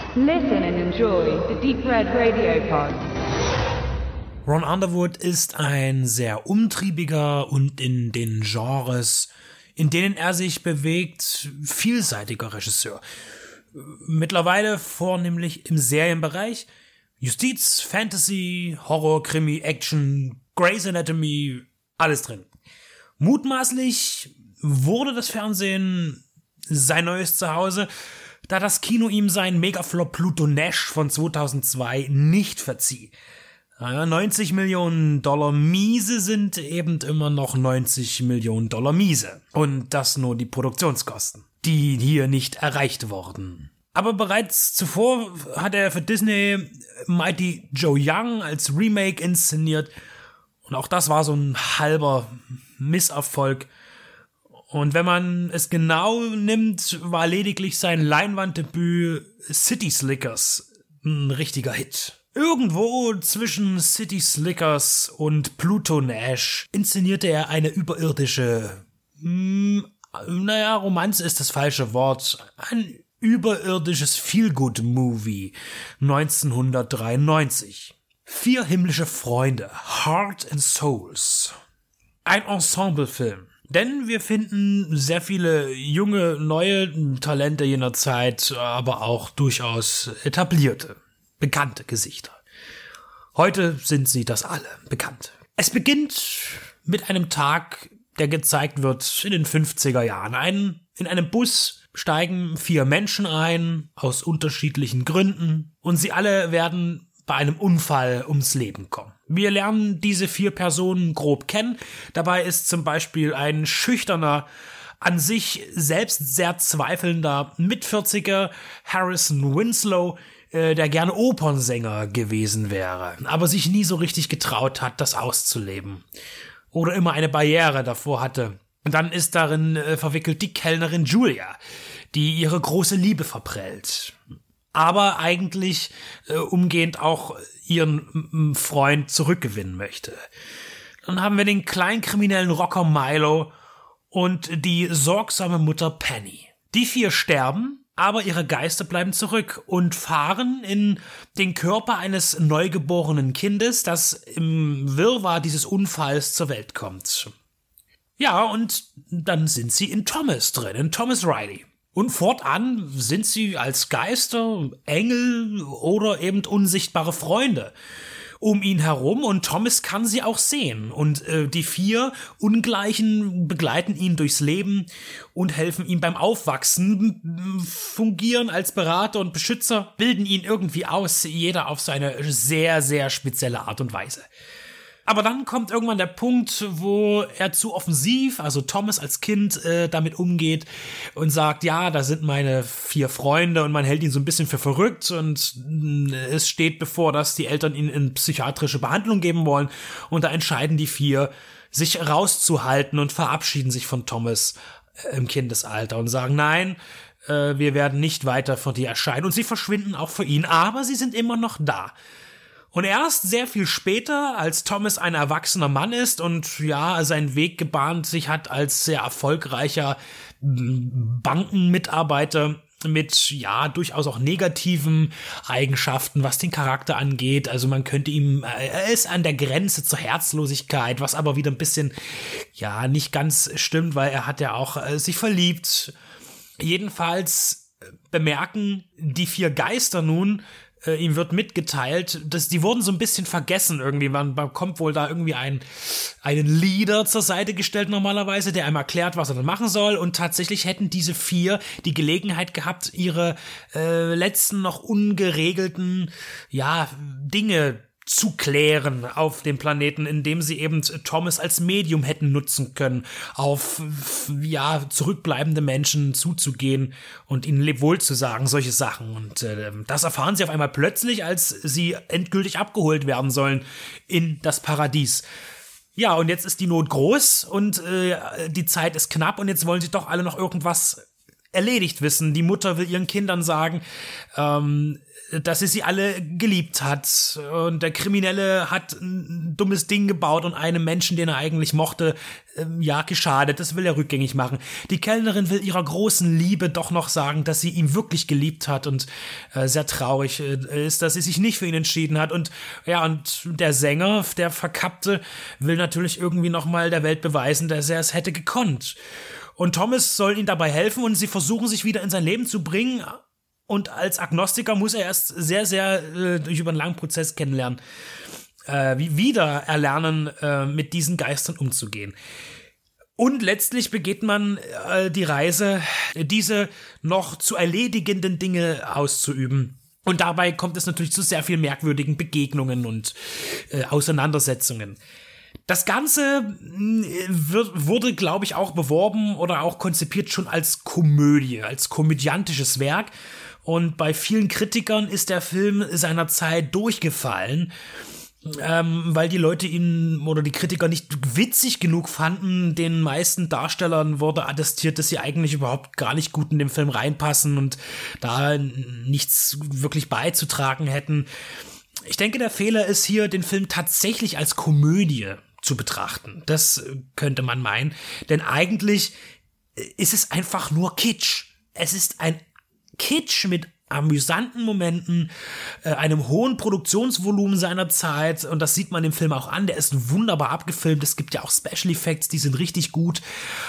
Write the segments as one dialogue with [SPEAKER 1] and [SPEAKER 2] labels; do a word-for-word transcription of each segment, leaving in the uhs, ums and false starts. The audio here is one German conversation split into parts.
[SPEAKER 1] Listen and enjoy the Deep Red Radio Pod.
[SPEAKER 2] Ron Underwood ist ein sehr umtriebiger und in den Genres, in denen er sich bewegt, vielseitiger Regisseur. Mittlerweile vornehmlich im Serienbereich. Justiz, Fantasy, Horror, Krimi, Action, Grey's Anatomy, alles drin. Mutmaßlich wurde das Fernsehen sein neues Zuhause, da das Kino ihm seinen Megaflop Pluto Nash von zweitausendzwei nicht verzieh. neunzig Millionen Dollar miese sind eben immer noch neunzig Millionen Dollar miese. Und das nur die Produktionskosten, die hier nicht erreicht wurden. Aber bereits zuvor hat er für Disney Mighty Joe Young als Remake inszeniert. Und auch das war so ein halber Misserfolg. Und wenn man es genau nimmt, war lediglich sein Leinwanddebüt City Slickers ein richtiger Hit. Irgendwo zwischen City Slickers und Pluto Nash inszenierte er eine überirdische, mh, naja, Romanze ist das falsche Wort, ein überirdisches Feel-Good-Movie neunzehnhundertdreiundneunzig. Vier himmlische Freunde, Heart and Souls. Ein Ensemblefilm. Denn wir finden sehr viele junge, neue Talente jener Zeit, aber auch durchaus etablierte, bekannte Gesichter. Heute sind sie das alle bekannt. Es beginnt mit einem Tag, der gezeigt wird in den fünfziger Jahren. Ein, in einem Bus steigen vier Menschen ein, aus unterschiedlichen Gründen, und sie alle werden bei einem Unfall ums Leben kommen. Wir lernen diese vier Personen grob kennen. Dabei ist zum Beispiel ein schüchterner, an sich selbst sehr zweifelnder Mitvierziger Harrison Winslow, äh, der gerne Opernsänger gewesen wäre, aber sich nie so richtig getraut hat, das auszuleben. Oder immer eine Barriere davor hatte. Und dann ist darin äh, verwickelt die Kellnerin Julia, die ihre große Liebe verprellt. Aber eigentlich äh, umgehend auch ihren m- Freund zurückgewinnen möchte. Dann haben wir den kleinkriminellen Rocker Milo und die sorgsame Mutter Penny. Die vier sterben, aber ihre Geister bleiben zurück und fahren in den Körper eines neugeborenen Kindes, das im Wirrwarr dieses Unfalls zur Welt kommt. Ja, und dann sind sie in Thomas drin, in Thomas Riley. Und fortan sind sie als Geister, Engel oder eben unsichtbare Freunde um ihn herum, und Thomas kann sie auch sehen. Und äh, die vier Ungleichen begleiten ihn durchs Leben und helfen ihm beim Aufwachsen, fungieren als Berater und Beschützer, bilden ihn irgendwie aus, jeder auf seine sehr, sehr spezielle Art und Weise. Aber dann kommt irgendwann der Punkt, wo er zu offensiv, also Thomas als Kind, äh, damit umgeht und sagt, ja, da sind meine vier Freunde, und man hält ihn so ein bisschen für verrückt, und mh, es steht bevor, dass die Eltern ihn in psychiatrische Behandlung geben wollen, und da entscheiden die vier, sich rauszuhalten und verabschieden sich von Thomas äh, im Kindesalter und sagen, nein, äh, wir werden nicht weiter vor dir erscheinen, und sie verschwinden auch für ihn, aber sie sind immer noch da. Und erst sehr viel später, als Thomas ein erwachsener Mann ist und ja, seinen Weg gebahnt sich hat als sehr erfolgreicher Bankenmitarbeiter mit ja durchaus auch negativen Eigenschaften, was den Charakter angeht. Also man könnte ihm, er ist an der Grenze zur Herzlosigkeit, was aber wieder ein bisschen ja nicht ganz stimmt, weil er hat ja auch äh, sich verliebt. Jedenfalls bemerken die vier Geister nun, Äh, ihm wird mitgeteilt, dass die wurden so ein bisschen vergessen irgendwie. Man bekommt wohl da irgendwie einen, einen Leader zur Seite gestellt normalerweise, der einem erklärt, was er dann machen soll. Und tatsächlich hätten diese vier die Gelegenheit gehabt, ihre äh, letzten noch ungeregelten ja Dinge zu klären auf dem Planeten, indem sie eben Thomas als Medium hätten nutzen können, auf ja zurückbleibende Menschen zuzugehen und ihnen Lebwohl zu sagen, solche Sachen. Und äh, das erfahren sie auf einmal plötzlich, als sie endgültig abgeholt werden sollen in das Paradies. Ja, und jetzt ist die Not groß und äh, die Zeit ist knapp, und jetzt wollen sie doch alle noch irgendwas erledigt wissen. Die Mutter will ihren Kindern sagen, ähm, dass sie sie alle geliebt hat, und der Kriminelle hat ein dummes Ding gebaut und einem Menschen, den er eigentlich mochte, ähm, ja, geschadet. Das will er rückgängig machen. Die Kellnerin will ihrer großen Liebe doch noch sagen, dass sie ihn wirklich geliebt hat und äh, sehr traurig äh, ist, dass sie sich nicht für ihn entschieden hat. Und ja, und der Sänger, der Verkappte, will natürlich irgendwie nochmal der Welt beweisen, dass er es hätte gekonnt. Und Thomas soll ihm dabei helfen, und sie versuchen, sich wieder in sein Leben zu bringen. Und als Agnostiker muss er erst sehr, sehr äh, durch über einen langen Prozess kennenlernen, äh, wie wieder erlernen, äh, mit diesen Geistern umzugehen. Und letztlich begeht man äh, die Reise, diese noch zu erledigenden Dinge auszuüben. Und dabei kommt es natürlich zu sehr vielen merkwürdigen Begegnungen und äh, Auseinandersetzungen. Das Ganze wird, wurde, glaube ich, auch beworben oder auch konzipiert schon als Komödie, als komödiantisches Werk. Und bei vielen Kritikern ist der Film seiner Zeit durchgefallen, ähm, weil die Leute ihn oder die Kritiker nicht witzig genug fanden. Den meisten Darstellern wurde attestiert, dass sie eigentlich überhaupt gar nicht gut in den Film reinpassen und da nichts wirklich beizutragen hätten. Ich denke, der Fehler ist hier, den Film tatsächlich als Komödie zu betrachten. Das könnte man meinen, denn eigentlich ist es einfach nur Kitsch. Es ist ein Kitsch mit amüsanten Momenten, äh, einem hohen Produktionsvolumen seiner Zeit, und das sieht man im Film auch an. Der ist wunderbar abgefilmt. Es gibt ja auch Special Effects, die sind richtig gut,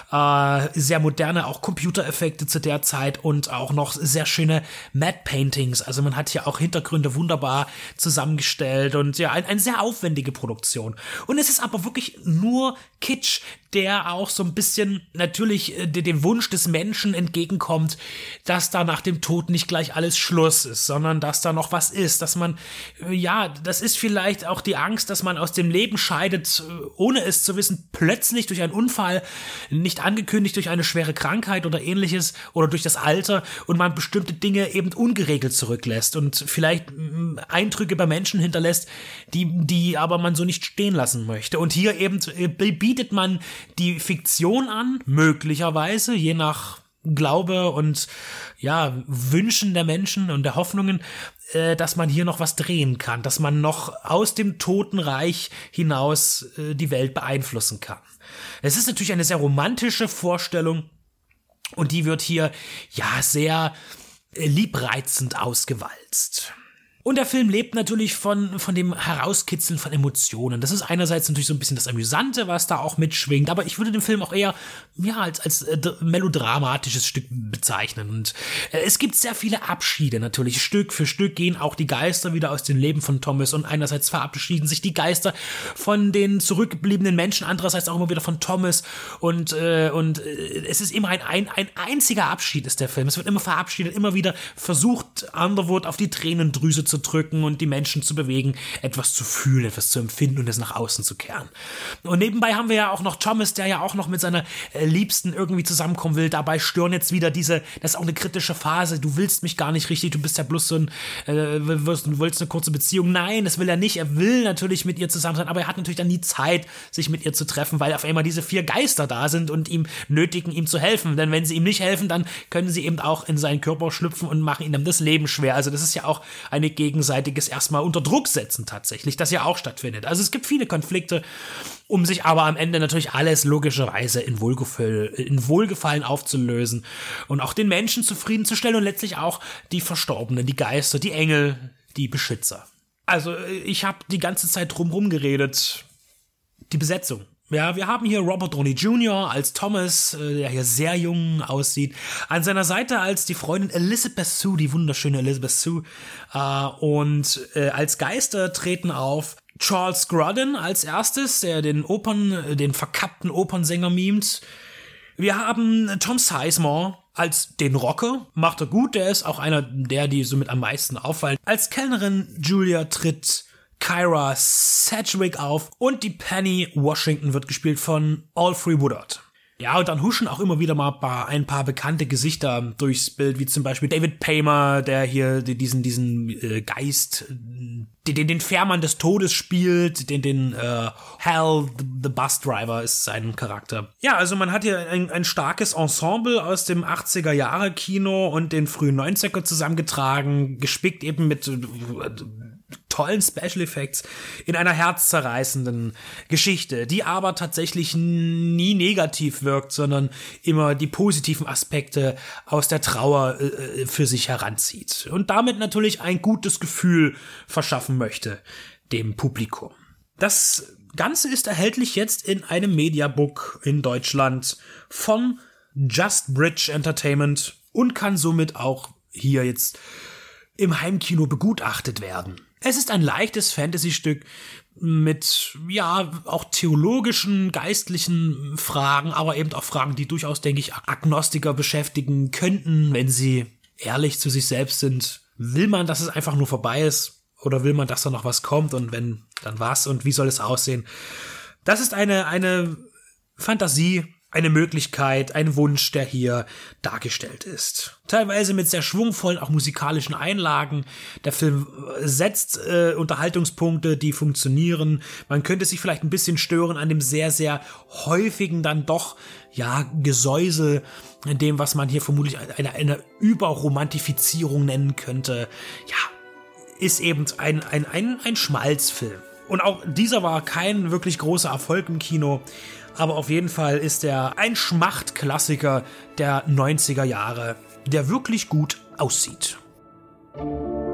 [SPEAKER 2] äh, sehr moderne, auch Computereffekte zu der Zeit und auch noch sehr schöne Matte Paintings. Also man hat hier auch Hintergründe wunderbar zusammengestellt und ja, ein, eine sehr aufwendige Produktion. Und es ist aber wirklich nur Kitsch, der auch so ein bisschen natürlich äh, dem Wunsch des Menschen entgegenkommt, dass da nach dem Tod nicht gleich alles Schluss ist, sondern dass da noch was ist, dass man, äh, ja, das ist vielleicht auch die Angst, dass man aus dem Leben scheidet, äh, ohne es zu wissen, plötzlich durch einen Unfall, nicht angekündigt durch eine schwere Krankheit oder ähnliches oder durch das Alter, und man bestimmte Dinge eben ungeregelt zurücklässt und vielleicht äh, Eindrücke bei Menschen hinterlässt, die, die aber man so nicht stehen lassen möchte. Und hier eben äh, bietet man die Fiktion an, möglicherweise, je nach Glaube und ja, Wünschen der Menschen und der Hoffnungen, äh, dass man hier noch was drehen kann, dass man noch aus dem Totenreich hinaus äh, die Welt beeinflussen kann. Es ist natürlich eine sehr romantische Vorstellung, und die wird hier ja sehr äh, liebreizend ausgewalzt. Und der Film lebt natürlich von, von dem Herauskitzeln von Emotionen. Das ist einerseits natürlich so ein bisschen das Amüsante, was da auch mitschwingt, aber ich würde den Film auch eher ja, als, als äh, melodramatisches Stück bezeichnen. Und äh, es gibt sehr viele Abschiede natürlich. Stück für Stück gehen auch die Geister wieder aus dem Leben von Thomas, und einerseits verabschieden sich die Geister von den zurückgebliebenen Menschen, andererseits auch immer wieder von Thomas. Und, äh, und äh, es ist immer ein, ein, ein einziger Abschied ist der Film. Es wird immer verabschiedet, immer wieder versucht Underwood auf die Tränendrüse zu drücken und die Menschen zu bewegen, etwas zu fühlen, etwas zu empfinden und es nach außen zu kehren. Und nebenbei haben wir ja auch noch Thomas, der ja auch noch mit seiner äh, Liebsten irgendwie zusammenkommen will. Dabei stören jetzt wieder diese, das ist auch eine kritische Phase, du willst mich gar nicht richtig, du bist ja bloß so ein, äh, willst, du willst eine kurze Beziehung. Nein, das will er nicht. Er will natürlich mit ihr zusammen sein, aber er hat natürlich dann nie Zeit, sich mit ihr zu treffen, weil auf einmal diese vier Geister da sind und ihm nötigen, ihm zu helfen. Denn wenn sie ihm nicht helfen, dann können sie eben auch in seinen Körper schlüpfen und machen ihm dann das Leben schwer. Also das ist ja auch eine gegenseitiges erstmal unter Druck setzen tatsächlich, das ja auch stattfindet. Also es gibt viele Konflikte, um sich aber am Ende natürlich alles logischerweise in Wohlgefallen, in Wohlgefallen aufzulösen und auch den Menschen zufriedenzustellen und letztlich auch die Verstorbenen, die Geister, die Engel, die Beschützer. Also ich habe die ganze Zeit drumherum geredet. Die Besetzung. Ja, wir haben hier Robert Downey Junior als Thomas, äh, der hier sehr jung aussieht. An seiner Seite als die Freundin Elizabeth Sue, die wunderschöne Elizabeth Sue. Äh, und äh, als Geister treten auf Charles Grodin als erstes, der den Opern, den verkappten Opernsänger mimt. Wir haben Tom Sizemore als den Rocker. Macht er gut, der ist auch einer der, die somit am meisten auffallen. Als Kellnerin Julia tritt Kyra Sedgwick auf und die Penny Washington wird gespielt von Alfre Woodard. Ja, und dann huschen auch immer wieder mal ein paar bekannte Gesichter durchs Bild, wie zum Beispiel David Paymer, der hier diesen diesen äh, Geist, den, den Fährmann des Todes spielt, den den äh, Hal, the Bus Driver ist sein Charakter. Ja, also man hat hier ein, ein starkes Ensemble aus dem achtziger Jahre Kino und den frühen neunziger zusammengetragen, gespickt eben mit äh, tollen Special Effects in einer herzzerreißenden Geschichte, die aber tatsächlich nie negativ wirkt, sondern immer die positiven Aspekte aus der Trauer äh, für sich heranzieht und damit natürlich ein gutes Gefühl verschaffen möchte dem Publikum. Das Ganze ist erhältlich jetzt in einem Mediabook in Deutschland von Just Bridge Entertainment und kann somit auch hier jetzt im Heimkino begutachtet werden. Es ist ein leichtes Fantasy-Stück mit, ja, auch theologischen, geistlichen Fragen, aber eben auch Fragen, die durchaus, denke ich, Agnostiker beschäftigen könnten, wenn sie ehrlich zu sich selbst sind. Will man, dass es einfach nur vorbei ist? Oder will man, dass da noch was kommt? Und wenn, dann was? Und wie soll es aussehen? Das ist eine, eine Fantasie, eine Möglichkeit, ein Wunsch, der hier dargestellt ist. Teilweise mit sehr schwungvollen, auch musikalischen Einlagen. Der Film setzt äh, Unterhaltungspunkte, die funktionieren. Man könnte sich vielleicht ein bisschen stören an dem sehr, sehr häufigen dann doch, ja, Gesäusel, in dem, was man hier vermutlich eine, eine Überromantifizierung nennen könnte. Ja, ist eben ein, ein, ein, ein Schmalzfilm. Und auch dieser war kein wirklich großer Erfolg im Kino. Aber auf jeden Fall ist er ein Schmachtklassiker der neunziger Jahre, der wirklich gut aussieht.